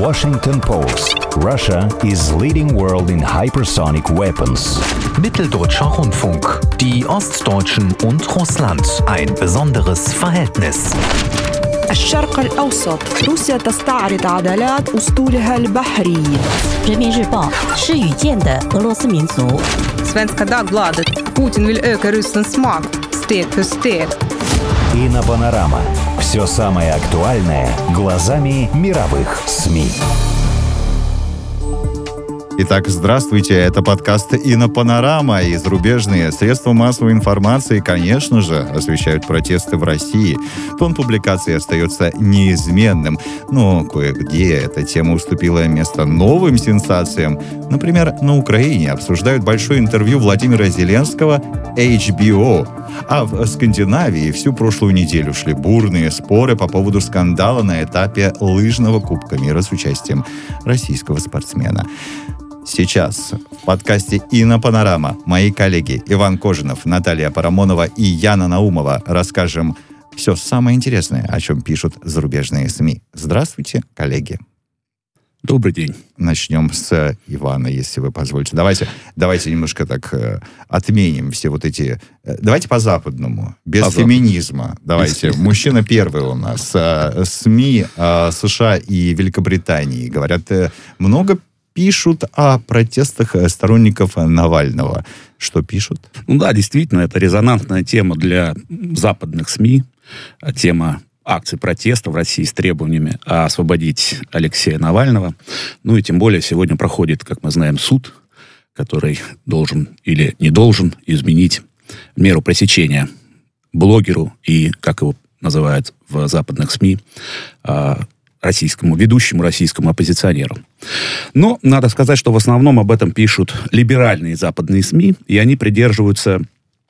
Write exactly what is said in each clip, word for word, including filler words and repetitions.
Washington Post. Russia is leading world in hypersonic weapons. Mitteldeutscher Rundfunk. Die Ostdeutschen und Russland. Ein besonderes Verhältnis. الشرق الأوسط. روسيا تستعرض عضلات أسطولها البحري. 人民日报是语见的俄罗斯民族。 Svenska Dagbladet. Putin vill öka Rysslands makt steg för steg. Инопанорама. Все самое актуальное глазами мировых СМИ. Итак, здравствуйте, это подкаст «Инопанорама», и зарубежные средства массовой информации, конечно же, освещают протесты в России. Тон публикации остается неизменным, но кое-где эта тема уступила место новым сенсациям. Например, на Украине обсуждают большое интервью Владимира Зеленского эйч би о. А в Скандинавии всю прошлую неделю шли бурные споры по поводу скандала на этапе лыжного кубка мира с участием российского спортсмена. Сейчас в подкасте «Инопанорама» мои коллеги Иван Кожинов, Наталья Парамонова и Яна Наумова расскажем все самое интересное, о чем пишут зарубежные СМИ. Здравствуйте, коллеги. Добрый день. Начнем с Ивана, если вы позволите. Давайте, давайте немножко так э, отменим все вот эти... Э, давайте по-западному, без по феминизма. Западу. Давайте. Без... Мужчина первый у нас. Э, СМИ э, США и Великобритании говорят, э, много пишут о протестах сторонников Навального. Что пишут? Ну да, действительно, это резонансная тема для западных СМИ. Тема акций протеста в России с требованиями освободить Алексея Навального. Ну и тем более сегодня проходит, как мы знаем, суд, который должен или не должен изменить меру пресечения блогеру и, как его называют в западных СМИ, российскому, ведущему российскому оппозиционеру. Но надо сказать, что в основном об этом пишут либеральные западные СМИ, и они придерживаются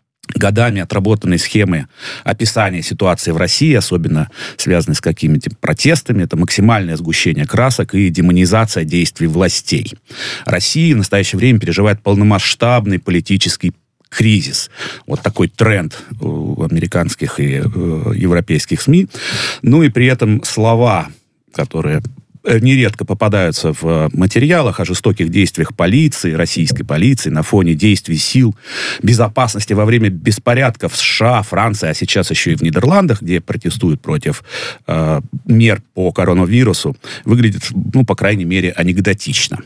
годами отработанной схемы описания ситуации в России, особенно связанной с какими-то протестами. Это максимальное сгущение красок и демонизация действий властей. Россия в настоящее время переживает полномасштабный политический кризис. Вот такой тренд у американских и э, европейских СМИ. Ну и при этом слова, которые нередко попадаются в материалах о жестоких действиях полиции, российской полиции на фоне действий сил безопасности во время беспорядков в США, Франции, а сейчас еще и в Нидерландах, где протестуют против э, мер по коронавирусу, выглядит, ну, по крайней мере, анекдотично.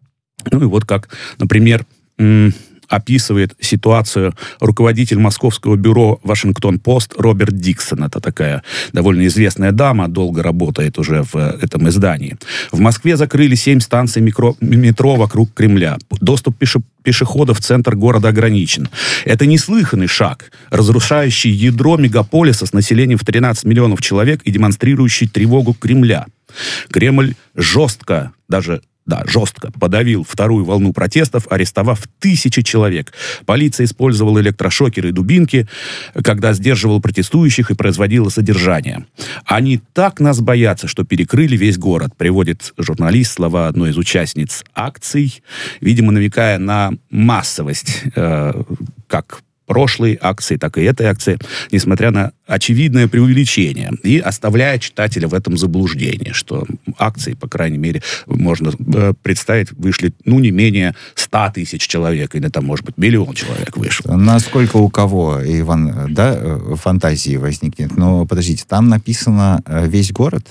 Ну и вот как, например, м- описывает ситуацию руководитель московского бюро «Вашингтон-Пост» Роберт Диксон. Это такая довольно известная дама, долго работает уже в этом издании. В Москве закрыли семь станций микро... метро вокруг Кремля. Доступ пеше... пешеходов в центр города ограничен. Это неслыханный шаг, разрушающий ядро мегаполиса с населением в тринадцать миллионов человек и демонстрирующий тревогу Кремля. Кремль жестко, даже Да, жестко подавил вторую волну протестов, арестовав тысячи человек. Полиция использовала электрошокеры и дубинки, когда сдерживала протестующих и производила задержания. Они так нас боятся, что перекрыли весь город, приводит журналист слова одной из участниц акций, видимо, намекая на массовость, э, как прошлой акции, так и этой акции, несмотря на очевидное преувеличение, и оставляя читателя в этом заблуждении, что акции, по крайней мере, можно э, представить, вышли, ну, не менее ста тысяч человек, или там, может быть, миллион человек вышло. Насколько у кого, Иван, да, фантазии возникнет? Но, подождите, там написано весь город?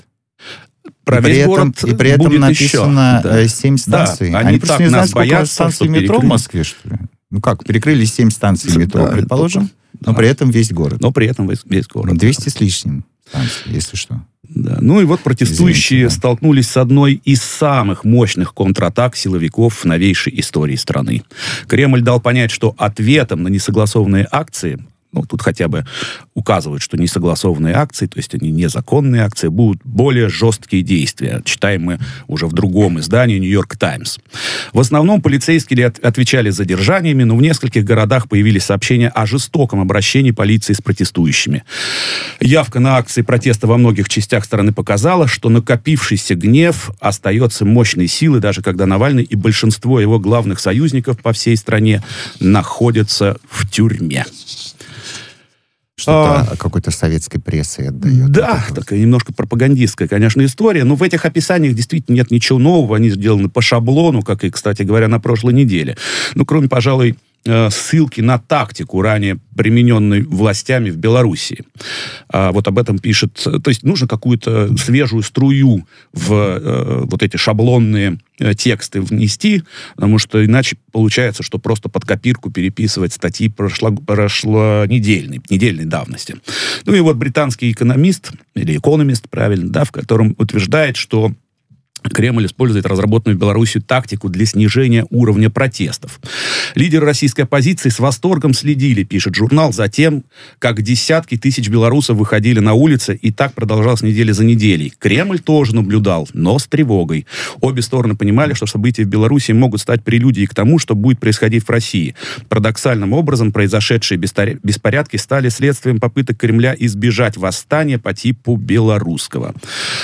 Про и весь при город этом, и при этом написано еще. семь станций. Да, они они просто так не знают, нас сколько боятся, станций метро перекрыли. в Москве, что ли? Ну как, перекрыли семь станций метро, Да, предположим, да. но при этом весь город. Но при этом весь, весь город. двести с лишним станций, если что. Да. Ну и вот протестующие Извините, да. столкнулись с одной из самых мощных контратак силовиков в новейшей истории страны. Кремль дал понять, что ответом на несогласованные акции, ну, тут хотя бы указывают, что несогласованные акции, то есть они незаконные акции, будут более жесткие действия. Читаем мы уже в другом издании «Нью-Йорк Таймс». В основном полицейские отвечали задержаниями, но в нескольких городах появились сообщения о жестоком обращении полиции с протестующими. Явка на акции протеста во многих частях страны показала, что накопившийся гнев остается мощной силой, даже когда Навальный и большинство его главных союзников по всей стране находятся в тюрьме. Что-то А, какой-то советской прессой отдает. Да, вот. такая немножко пропагандистская, конечно, история, но в этих описаниях действительно нет ничего нового, они сделаны по шаблону, как и, кстати говоря, на прошлой неделе. Ну, кроме, пожалуй, ссылки на тактику, ранее примененной властями в Белоруссии. А вот об этом пишет... То есть нужно какую-то свежую струю в э, вот эти шаблонные э, тексты внести, потому что иначе получается, что просто под копирку переписывать статьи прошло, прошло недельной, недельной давности. Ну и вот британский экономист, или экономист, правильно, да, в котором утверждает, что Кремль использует разработанную в Беларуси тактику для снижения уровня протестов. Лидеры российской оппозиции с восторгом следили, пишет журнал, за тем, как десятки тысяч белорусов выходили на улицы, и так продолжалось неделя за неделей. Кремль тоже наблюдал, но с тревогой. Обе стороны понимали, что события в Беларуси могут стать прелюдией к тому, что будет происходить в России. Парадоксальным образом произошедшие беспорядки стали следствием попыток Кремля избежать восстания по типу белорусского.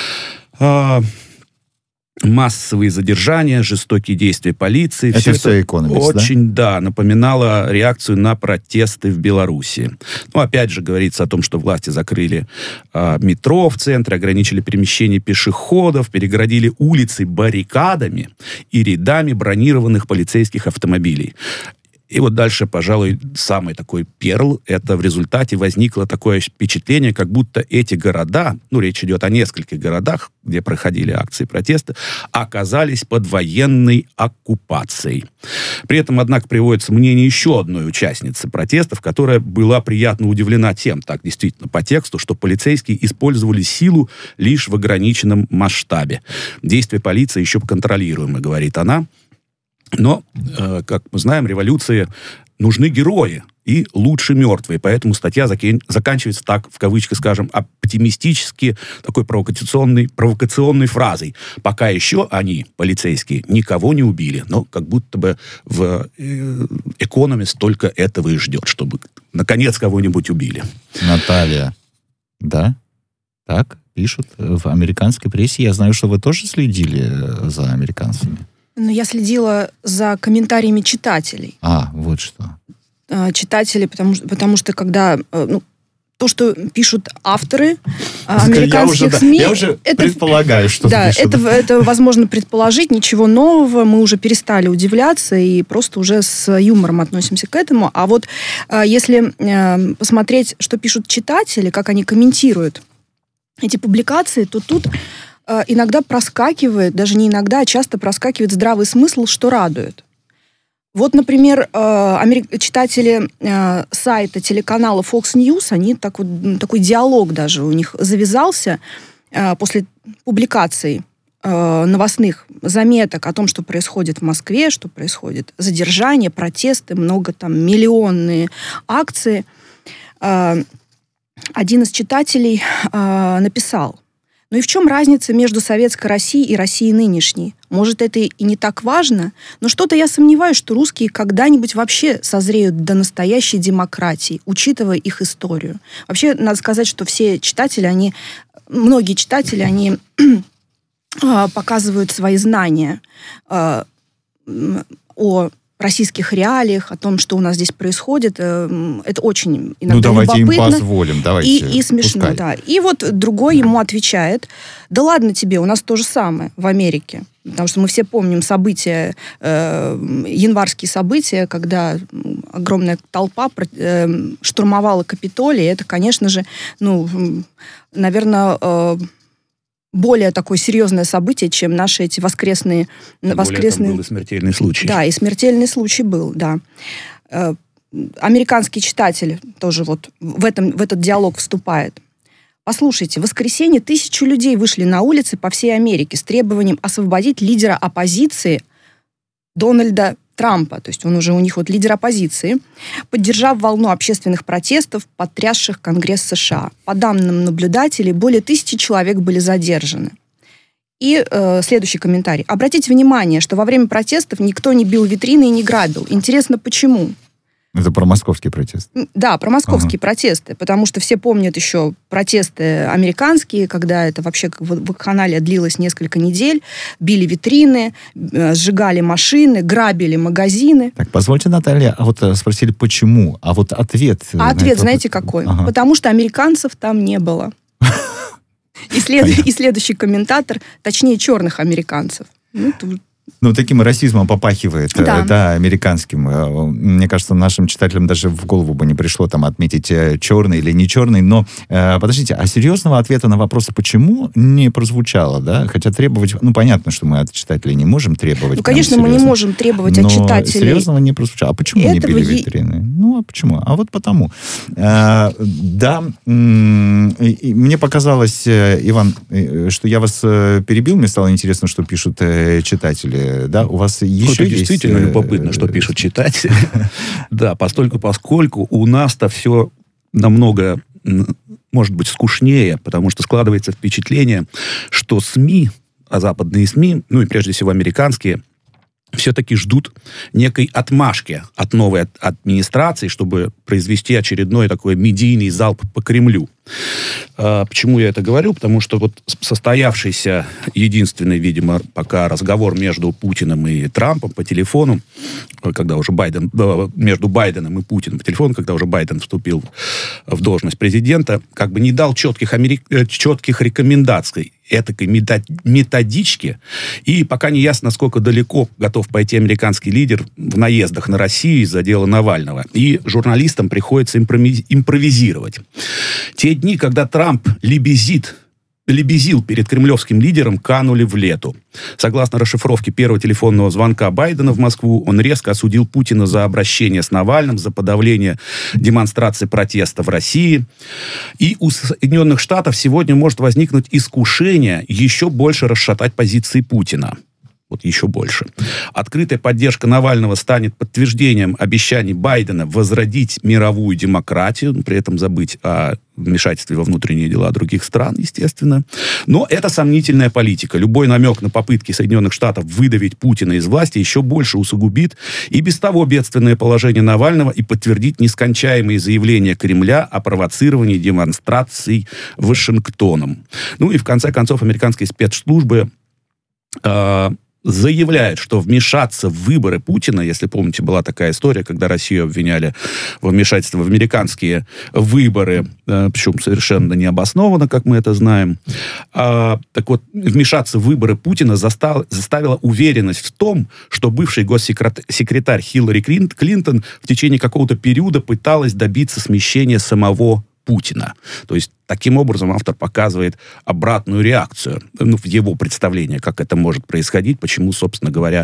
Массовые задержания, жестокие действия полиции. Это все, все это Экономист, очень, да? да, напоминало реакцию на протесты в Беларуси. Ну, опять же, говорится о том, что власти закрыли э, метро в центре, ограничили перемещение пешеходов, перегородили улицы баррикадами и рядами бронированных полицейских автомобилей. И вот дальше, пожалуй, самый такой перл, это в результате возникло такое впечатление, как будто эти города, ну, речь идет о нескольких городах, где проходили акции протеста, оказались под военной оккупацией. При этом, однако, приводится мнение еще одной участницы протестов, которая была приятно удивлена тем, так действительно по тексту, что полицейские использовали силу лишь в ограниченном масштабе. Действия полиции еще контролируемы, говорит она. Но, э, как мы знаем, революции нужны герои и лучше мертвые. Поэтому статья заки- заканчивается так, в кавычках скажем, оптимистически, такой провокационной, провокационной фразой. Пока еще они, полицейские, никого не убили. Но как будто бы в э, «Экономист» только этого и ждет, чтобы наконец кого-нибудь убили. Наталья, да? Так пишут в американской прессе. Я знаю, что вы тоже следили за американцами. Но я следила за комментариями читателей. А, вот что. Читатели, потому, потому что когда... Ну, то, что пишут авторы американских я уже, СМИ... Да, я уже это, предполагаю, что да, пишут. это, это возможно предположить, ничего нового. Мы уже перестали удивляться и просто уже с юмором относимся к этому. А вот если посмотреть, что пишут читатели, как они комментируют эти публикации, то тут... иногда проскакивает, даже не иногда, а часто проскакивает здравый смысл, что радует. Вот, например, читатели сайта телеканала Fox News, они так вот, такой диалог даже у них завязался после публикаций новостных заметок о том, что происходит в Москве, что происходит задержание, протесты, много там, миллионные акции. Один из читателей написал: ну и в чем разница между советской Россией и Россией нынешней? Может, это и не так важно, но что-то я сомневаюсь, что русские когда-нибудь вообще созреют до настоящей демократии, учитывая их историю. Вообще, надо сказать, что все читатели, они, многие читатели, они показывают свои знания о российских реалиях, о том, что у нас здесь происходит. Это очень иногда ну, давайте любопытно. им позволим. Давайте, и, и смешно, пускай. да. И вот другой ему отвечает: да ладно тебе, у нас то же самое в Америке. Потому что мы все помним события, э, январские события, когда огромная толпа э, штурмовала Капитолий. Это, конечно же, ну, наверное... Э, более такое серьезное событие, чем наши эти воскресные... Тем воскресные... более, там был и смертельный случай. Да, и смертельный случай был, да. Американский читатель тоже вот в, этом, в этот диалог вступает. Послушайте, в воскресенье тысячи людей вышли на улицы по всей Америке с требованием освободить лидера оппозиции Дональда Трампа, то есть он уже у них вот лидер оппозиции, поддержав волну общественных протестов, потрясших Конгресс США. По данным наблюдателей, более тысячи человек были задержаны. И э, следующий комментарий. Обратите внимание, что во время протестов никто не бил витрины и не грабил. Интересно, почему? Это про московские протесты? Да, про московские ага. протесты, потому что все помнят еще протесты американские, когда это вообще вакханалия длилось несколько недель, били витрины, сжигали машины, грабили магазины. Так, позвольте, Наталья, а вот спросили, почему? А вот ответ... А ответ, это... знаете, какой? Ага. Потому что американцев там не было. И, след... и следующий комментатор, точнее, черных американцев. Ну, тут... Ну, таким расизмом попахивает, да. да, американским. Мне кажется, нашим читателям даже в голову бы не пришло там отметить черный или не черный. Но, э, подождите, а серьезного ответа на вопрос, почему, не прозвучало, да? Хотя требовать... Ну, понятно, что мы от читателей не можем требовать. Ну, конечно, мы не можем требовать от читателей. Но серьезного не прозвучало. А почему не били е... витрины? Ну, а почему? А вот потому. Э, да, м- мне показалось, Иван, что я вас перебил. Мне стало интересно, что пишут читатели. Да, у вас еще Это есть... действительно любопытно, что пишут читатели. Да, постольку, поскольку у нас-то все намного, может быть, скучнее, потому что складывается впечатление, что СМИ, а западные СМИ, ну и прежде всего американские, все-таки ждут некой отмашки от новой администрации, чтобы произвести очередной такой медийный залп по Кремлю. А, почему я это говорю? Потому что вот состоявшийся единственный, видимо, пока разговор между Путиным и Трампом по телефону, когда уже Байден, между Байденом и Путиным по телефону, когда уже Байден вступил в должность президента, как бы не дал четких, америк... четких рекомендаций этакой методички, и пока не ясно, насколько далеко готов пойти американский лидер в наездах на Россию из-за дела Навального. И журналистам приходится импровизировать. Те дни, когда Трамп лебезит, лебезил перед кремлевским лидером, канули в лету. Согласно расшифровке первого телефонного звонка Байдена в Москву, он резко осудил Путина за обращение с Навальным, за подавление демонстрации протеста в России. И у Соединенных Штатов сегодня может возникнуть искушение еще больше расшатать позиции Путина. Вот еще больше. Открытая поддержка Навального станет подтверждением обещаний Байдена возродить мировую демократию, при этом забыть о вмешательстве во внутренние дела других стран, естественно. Но это сомнительная политика. Любой намек на попытки Соединенных Штатов выдавить Путина из власти еще больше усугубит и без того бедственное положение Навального и подтвердит нескончаемые заявления Кремля о провоцировании демонстраций Вашингтоном. Ну и в конце концов американские спецслужбы э, заявляет, что вмешаться в выборы Путина, если помните, была такая история, когда Россию обвиняли во вмешательстве в американские выборы, э, причем совершенно необоснованно, как мы это знаем. А, так вот, вмешаться в выборы Путина застал, заставила уверенность в том, что бывший госсекретарь Хиллари Клинтон в течение какого-то периода пыталась добиться смещения самого Путина. То есть, таким образом, автор показывает обратную реакцию, ну, в его представлении, как это может происходить, почему, собственно говоря,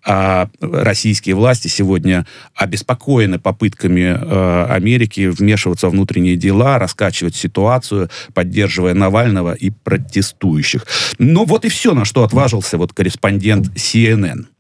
российские власти сегодня обеспокоены попытками Америки вмешиваться во внутренние дела, раскачивать ситуацию, поддерживая Навального и протестующих. Ну, вот и все, на что отважился вот корреспондент си эн эн.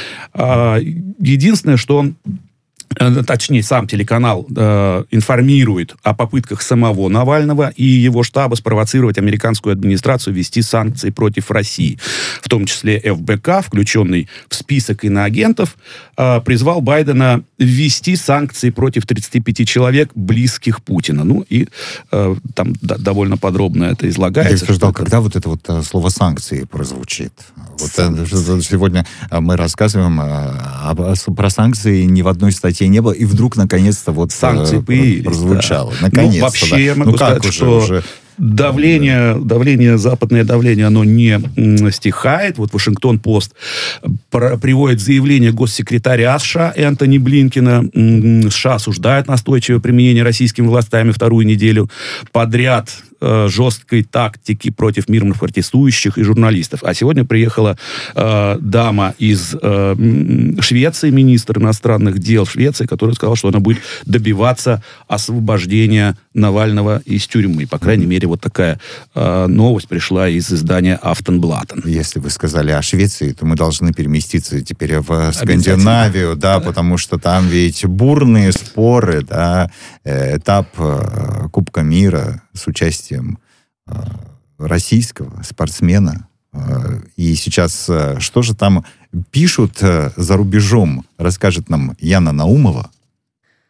Единственное, что он точнее, сам телеканал э, информирует о попытках самого Навального и его штаба спровоцировать американскую администрацию ввести санкции против России. В том числе эф бэ ка, включенный в список иноагентов, э, призвал Байдена ввести санкции против тридцати пяти человек, близких Путина. Ну, и э, там да, довольно подробно это излагается. Я ждал, это... когда вот это вот слово «санкции» прозвучит. Вот сегодня мы рассказываем а, про санкции ни в одной статье не было, и вдруг, наконец-то, вот санкции появились, прозвучало. Да. Наконец-то, ну, вообще, да. я могу ну, сказать, как что уже, давление, давление, западное давление, оно не стихает. Вот Вашингтон-Пост приводит заявление госсекретаря США Энтони Блинкена. США осуждают настойчивое применение российскими властями вторую неделю подряд жесткой тактики против мирных протестующих и журналистов. А сегодня приехала э, дама из э, Швеции, министр иностранных дел Швеции, которая сказала, что она будет добиваться освобождения Навального из тюрьмы. По крайней мере, вот такая э, новость пришла из издания Афтенблаттен. Если вы сказали о Швеции, то мы должны переместиться теперь в Скандинавию, да, да, потому что там ведь бурные споры, да, этап э, Кубка мира с участием э, российского спортсмена. Э, и сейчас э, что же там пишут э, за рубежом, расскажет нам Яна Наумова.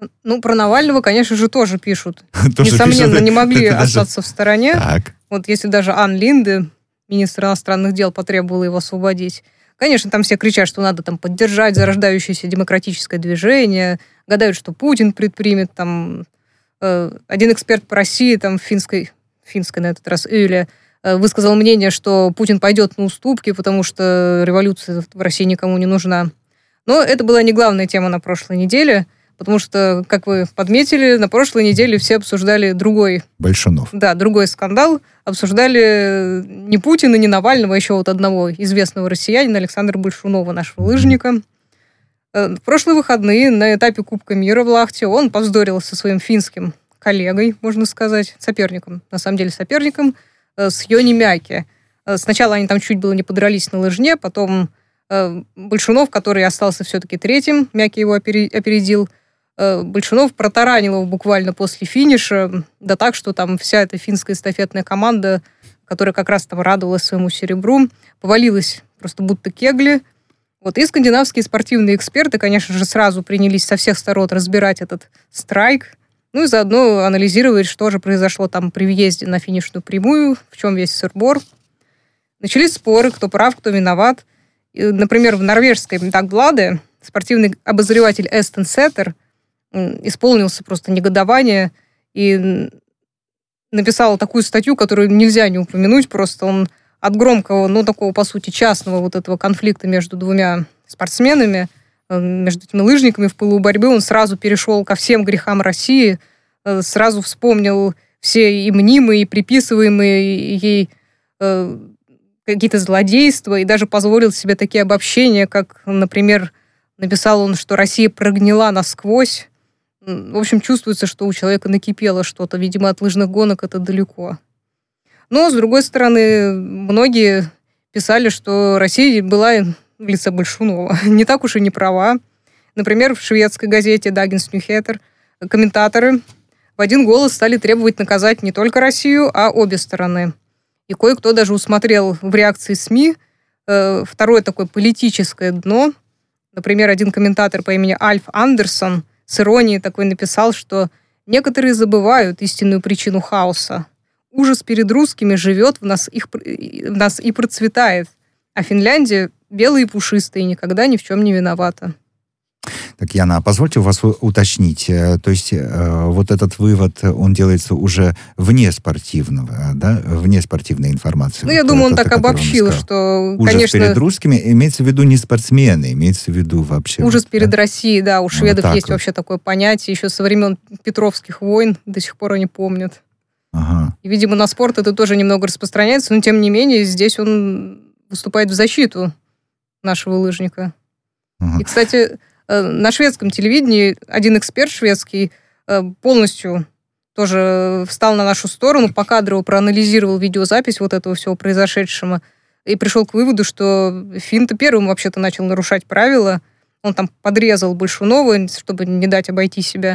Ну, про Навального, конечно же, тоже пишут. Тоже Несомненно, пишут. не могли Это даже- остаться в стороне. Так. Вот если даже Ан Линде, министр иностранных дел, потребовала его освободить. Конечно, там все кричат, что надо там поддержать зарождающееся демократическое движение, гадают, что Путин предпримет. Там, э, один эксперт по России, там, финской, финской на этот раз, Юля, э, высказал мнение, что Путин пойдет на уступки, потому что революция в России никому не нужна. Но это была не главная тема на прошлой неделе, потому что, как вы подметили, на прошлой неделе все обсуждали другой, Большунов. да, другой скандал. Обсуждали не Путина, не Навального, а еще вот одного известного россиянина, Александра Большунова, нашего лыжника. Э, В прошлые выходные на этапе Кубка мира в Лахте он повздорил со своим финским коллегой, можно сказать, соперником, на самом деле соперником, э, с Йони Мяки. Э, Сначала они там чуть было не подрались на лыжне, потом э, Большунов, который остался все-таки третьим, Мяки его опери- опередил, э, Большунов протаранил его буквально после финиша, да так, что там вся эта финская эстафетная команда, которая как раз там радовалась своему серебру, повалилась просто будто кегли. Вот. И скандинавские спортивные эксперты, конечно же, сразу принялись со всех сторон разбирать этот страйк, ну и заодно анализировать, что же произошло там при въезде на финишную прямую, в чем весь сыр-бор. Начались споры, кто прав, кто виноват. И, например, в норвежской Дагбладе спортивный обозреватель Эстен Сеттер м, исполнился просто негодование и м, написал такую статью, которую нельзя не упомянуть, просто он от громкого, ну, такого, по сути, частного вот этого конфликта между двумя спортсменами, э, между этими лыжниками в пылу борьбы, он сразу перешел ко всем грехам России, э, сразу вспомнил все и мнимые, и приписываемые ей э, какие-то злодейства, и даже позволил себе такие обобщения, как, например, написал он, что Россия прогнила насквозь. В общем, чувствуется, что у человека накипело что-то. Видимо, от лыжных гонок это далеко. Но, с другой стороны, многие писали, что Россия была в лице Большунова не так уж и не права. Например, в шведской газете Dagens Nyheter комментаторы в один голос стали требовать наказать не только Россию, а обе стороны. И кое-кто даже усмотрел в реакции СМИ э, второе такое политическое дно. Например, один комментатор по имени Альф Андерсон с иронией такой написал, что некоторые забывают истинную причину хаоса. Ужас перед русскими живет в нас, их, в нас и процветает. А Финляндия белая и пушистая и никогда ни в чем не виновата. Так, Яна, а позвольте у вас у- уточнить, э, то есть э, вот этот вывод, он делается уже вне спортивного, да, вне спортивной информации. Ну, я Вот думаю, он это, так которую обобщил, сказал. что, Ужас конечно, перед русскими имеется в виду не спортсмены, имеется в виду вообще... ужас вот, перед да? Россией, да, у Вот шведов так есть вот. вообще такое понятие, еще со времен Петровских войн, до сих пор они помнят. Ага. И, видимо, на спорт это тоже немного распространяется, но, тем не менее, здесь он выступает в защиту нашего лыжника. Ага. И, кстати, э, на шведском телевидении один эксперт шведский э, полностью тоже встал на нашу сторону, покадрово проанализировал видеозапись вот этого всего произошедшего и пришел к выводу, что Финн-то первым вообще-то начал нарушать правила. Он там подрезал Большунова, чтобы не дать обойти себя.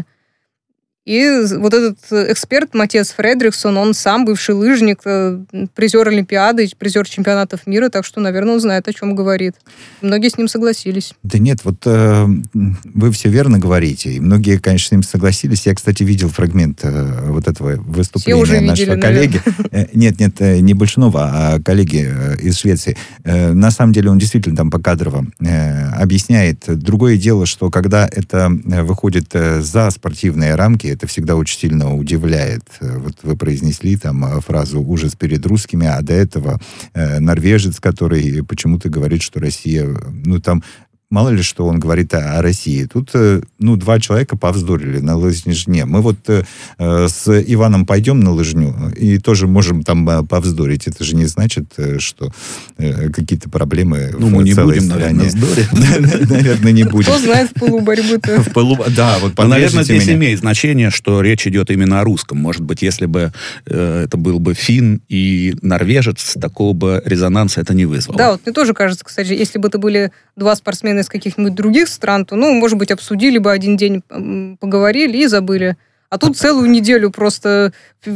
И вот этот эксперт Матиас Фредриксон, он сам бывший лыжник, э, призер Олимпиады, призер чемпионатов мира, так что, наверное, он знает, о чем говорит. Многие с ним согласились. Да нет, вот э, вы все верно говорите, и многие, конечно, с ним согласились. Я, кстати, видел фрагмент э, вот этого выступления уже нашего видели, коллеги. Э, нет, нет, э, не Большунова, а коллеги э, из Швеции. Э, на самом деле он действительно там покадрово э, объясняет. Другое дело, что когда это э, выходит э, за спортивные рамки, это всегда очень сильно удивляет. Э, Вот вы произнесли там э, фразу «ужас перед русскими», а до этого э, норвежец, который почему-то говорит, что Россия, ну там, мало ли что он говорит о, о России. Тут, э, ну, два человека повздорили на лыжне. Мы вот э, с Иваном пойдем на лыжню и тоже можем там э, повздорить. Это же не значит, э, что э, какие-то проблемы Ну, в мы не целой будем, наверное, стране. вздорить. Наверное, не будем. Кто знает в пылу борьбы-то? В пылу- Да, вот Ну, наверное, поддержите здесь меня. имеет значение, что речь идет именно о русском. Может быть, если бы э, это был бы финн и норвежец, такого бы резонанса это не вызвало. Да, вот мне тоже кажется, кстати, если бы это были два спортсмена из каких-нибудь других стран, то, ну, может быть, обсудили бы один день, м, поговорили и забыли. А тут целую неделю просто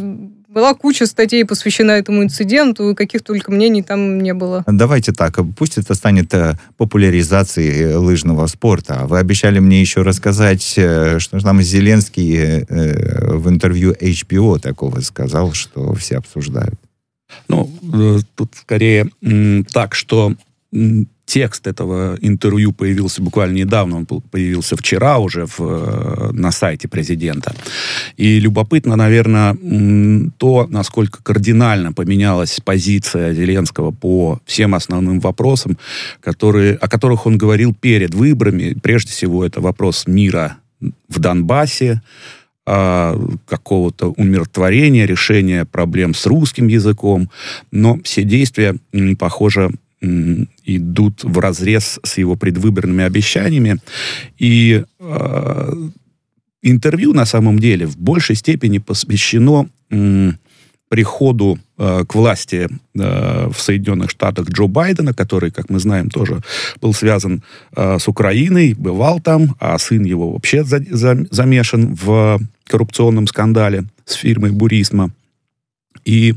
была куча статей, посвящена этому инциденту, и каких только мнений там не было. Давайте так, пусть это станет популяризацией лыжного спорта. Вы обещали мне еще рассказать, что там Зеленский в интервью эйч би о такого сказал, что все обсуждают. Ну, тут скорее так, что текст этого интервью появился буквально недавно, он появился вчера уже в, на сайте президента. И любопытно, наверное, то, насколько кардинально поменялась позиция Зеленского по всем основным вопросам, которые, о которых он говорил перед выборами. Прежде всего, это вопрос мира в Донбассе, какого-то умиротворения, решения проблем с русским языком. Но все действия, похоже, идут вразрез с его предвыборными обещаниями. И э, интервью, на самом деле, в большей степени посвящено э, приходу э, к власти э, в Соединенных Штатах Джо Байдена, который, как мы знаем, тоже был связан э, с Украиной, бывал там, а сын его вообще за, за, замешан в коррупционном скандале с фирмой Бурисма. И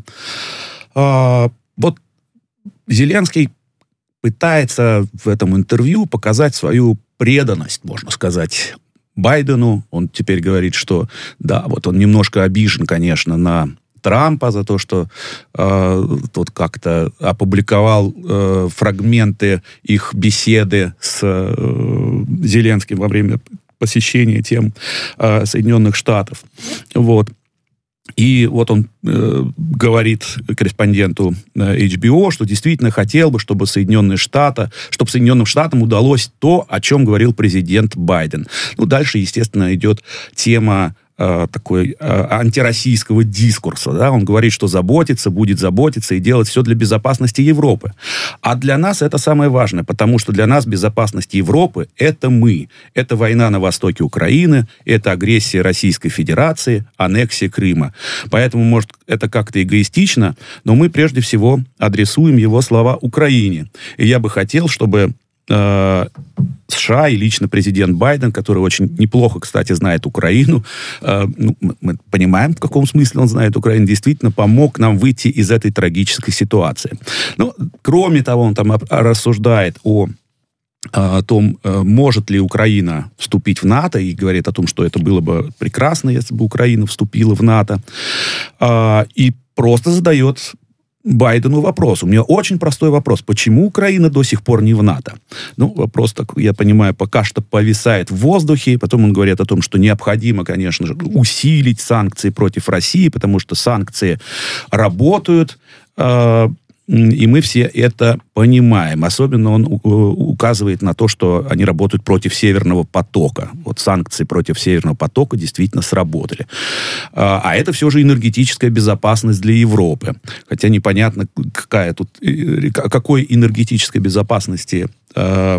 э, вот Зеленский пытается в этом интервью показать свою преданность, можно сказать, Байдену. Он теперь говорит, что да, вот он немножко обижен, конечно, на Трампа за то, что э, тот как-то опубликовал э, фрагменты их беседы с э, Зеленским во время посещения тем э, Соединенных Штатов. Вот. И вот он э, говорит корреспонденту э, эйч би о, что действительно хотел бы, чтобы Соединенные Штаты, чтобы Соединенным Штатам удалось то, о чем говорил президент Байден. Ну, дальше, естественно, идет тема э, такой э, антироссийского дискурса. Да? Он говорит, что заботится, будет заботиться и делать все для безопасности Европы. А для нас это самое важное, потому что для нас безопасность Европы – это мы. Это война на востоке Украины, это агрессия Российской Федерации, аннексия Крыма. Поэтому, может, это как-то эгоистично, но мы прежде всего адресуем его слова Украине. И я бы хотел, чтобы э, США и лично президент Байден, который очень неплохо, кстати, знает Украину, э, ну, мы понимаем, в каком смысле он знает Украину, действительно помог нам выйти из этой трагической ситуации. Но, кроме того, он там рассуждает о о том, может ли Украина вступить в НАТО, и говорит о том, что это было бы прекрасно, если бы Украина вступила в НАТО. И просто задает Байдену вопрос. У меня очень простой вопрос. Почему Украина до сих пор не в НАТО? Ну, вопрос, так, я понимаю, пока что повисает в воздухе. Потом он говорит о том, что необходимо, конечно же, усилить санкции против России, потому что санкции работают. И мы все это понимаем. Особенно он указывает на то, что они работают против Северного потока. Вот санкции против Северного потока действительно сработали. А это все же энергетическая безопасность для Европы. Хотя непонятно, какая тут, о какой энергетической безопасности для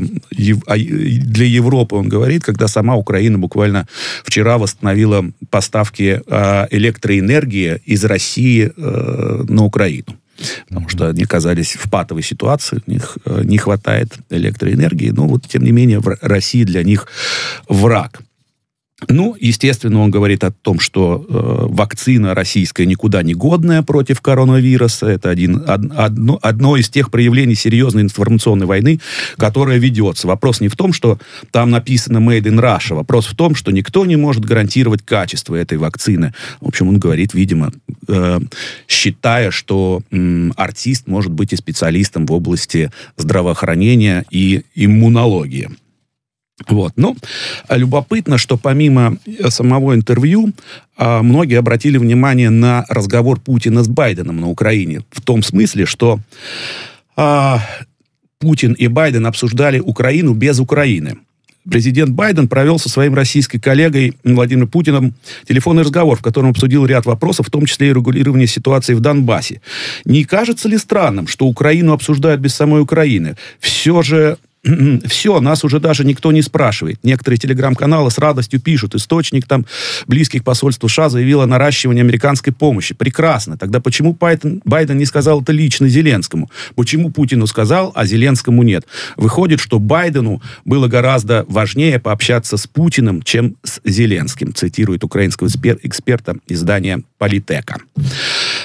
Европы он говорит, когда сама Украина буквально вчера восстановила поставки электроэнергии из России на Украину. Потому что они оказались в патовой ситуации, у них не хватает электроэнергии, но вот, тем не менее, Россия для них враг. Ну, естественно, он говорит о том, что э, вакцина российская никуда не годная против коронавируса. Это один, од, одно, одно из тех проявлений серьезной информационной войны, которая ведется. Вопрос не в том, что там написано «Made in Russia». Вопрос в том, что никто не может гарантировать качество этой вакцины. В общем, он говорит, видимо, э, считая, что э, артист может быть и специалистом в области здравоохранения и иммунологии. Вот. Ну, любопытно, что помимо самого интервью, многие обратили внимание на разговор Путина с Байденом на Украине. В том смысле, что а, Путин и Байден обсуждали Украину без Украины. Президент Байден провел со своим российской коллегой Владимиром Путиным телефонный разговор, в котором обсудил ряд вопросов, в том числе и регулирование ситуации в Донбассе. Не кажется ли странным, что Украину обсуждают без самой Украины? Все же... Все, нас уже даже никто не спрашивает. Некоторые телеграм-каналы с радостью пишут. Источник там близких к посольству США заявил о наращивании американской помощи. Прекрасно. Тогда почему Байден, Байден не сказал это лично Зеленскому? Почему Путину сказал, а Зеленскому нет? Выходит, что Байдену было гораздо важнее пообщаться с Путиным, чем с Зеленским, цитирует украинского эксперта издания «Политека».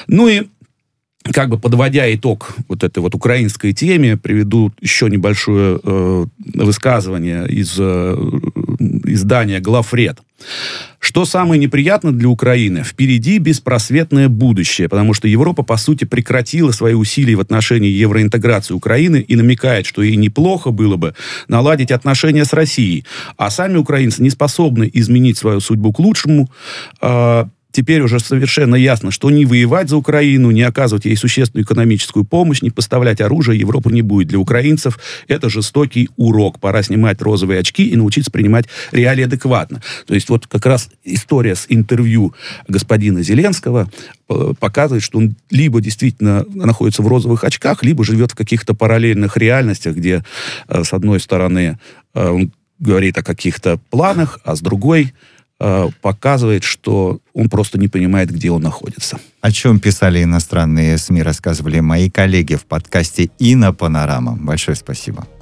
Ну и как бы подводя итог вот этой вот украинской теме, приведу еще небольшое э, высказывание из э, издания «Главред». Что самое неприятное для Украины? Впереди беспросветное будущее, потому что Европа, по сути, прекратила свои усилия в отношении евроинтеграции Украины и намекает, что ей неплохо было бы наладить отношения с Россией. А сами украинцы не способны изменить свою судьбу к лучшему. Э, Теперь уже совершенно ясно, что не воевать за Украину, не оказывать ей существенную экономическую помощь, не поставлять оружие Европа не будет. Для украинцев это жестокий урок. Пора снимать розовые очки и научиться принимать реалии адекватно. То есть вот как раз история с интервью господина Зеленского показывает, что он либо действительно находится в розовых очках, либо живет в каких-то параллельных реальностях, где с одной стороны он говорит о каких-то планах, а с другой показывает, что он просто не понимает, где он находится. О чем писали иностранные СМИ, рассказывали мои коллеги в подкасте «Инопанорама». Большое спасибо.